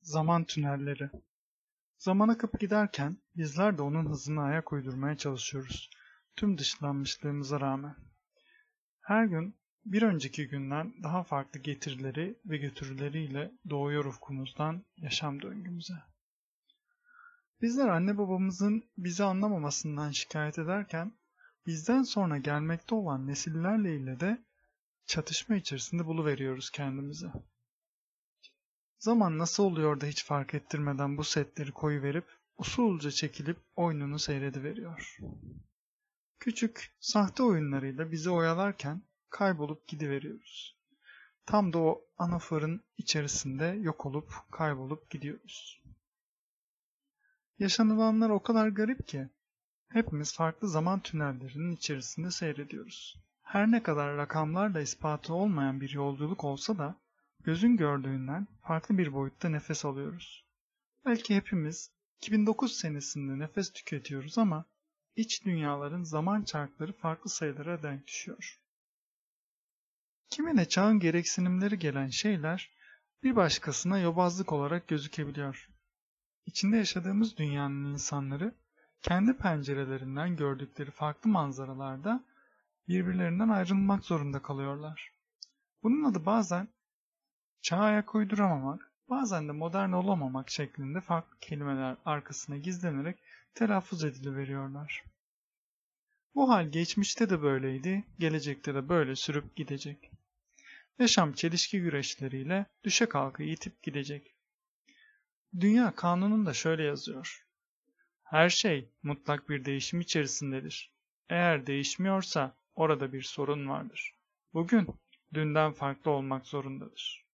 Zaman tünelleri. Zaman akıp giderken bizler de onun hızına ayak uydurmaya çalışıyoruz. Tüm dışlanmışlığımıza rağmen. Her gün bir önceki günden daha farklı getirileri ve götürüleriyle doğuyor ufkumuzdan yaşam döngümüze. Bizler anne babamızın bizi anlamamasından şikayet ederken bizden sonra gelmekte olan nesillerle ile de çatışma içerisinde buluveriyoruz kendimizi. Zaman nasıl oluyor da hiç fark ettirmeden bu setleri koyuverip usulca çekilip oyununu seyrediveriyor. Küçük, sahte oyunlarıyla bizi oyalarken kaybolup gidiveriyoruz. Tam da o anaforun içerisinde yok olup kaybolup gidiyoruz. Yaşanılanlar o kadar garip ki hepimiz farklı zaman tünellerinin içerisinde seyrediyoruz. Her ne kadar rakamlarla ispatı olmayan bir yolculuk olsa da gözün gördüğünden farklı bir boyutta nefes alıyoruz. Belki hepimiz 2009 senesinde nefes tüketiyoruz ama iç dünyaların zaman çarkları farklı sayılara denk düşüyor. Kimine çağın gereksinimleri gelen şeyler bir başkasına yobazlık olarak gözükebiliyor. İçinde yaşadığımız dünyanın insanları kendi pencerelerinden gördükleri farklı manzaralarda birbirlerinden ayrılmak zorunda kalıyorlar. Bunun adı bazen çağa ayak uyduramamak, bazen de modern olamamak şeklinde farklı kelimeler arkasına gizlenerek telaffuz ediliveriyorlar. Bu hal geçmişte de böyleydi, gelecekte de böyle sürüp gidecek. Yaşam çelişki güreşleriyle düşe kalka yitip gidecek. Dünya kanununda şöyle yazıyor. Her şey mutlak bir değişim içerisindedir. Eğer değişmiyorsa orada bir sorun vardır. Bugün dünden farklı olmak zorundadır.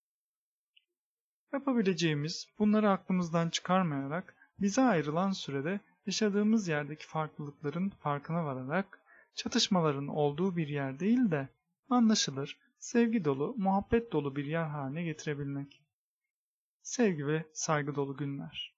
Yapabileceğimiz bunları aklımızdan çıkarmayarak bize ayrılan sürede yaşadığımız yerdeki farklılıkların farkına vararak çatışmaların olduğu bir yer değil de anlaşılır, sevgi dolu, muhabbet dolu bir yer haline getirebilmek. Sevgi ve saygı dolu günler.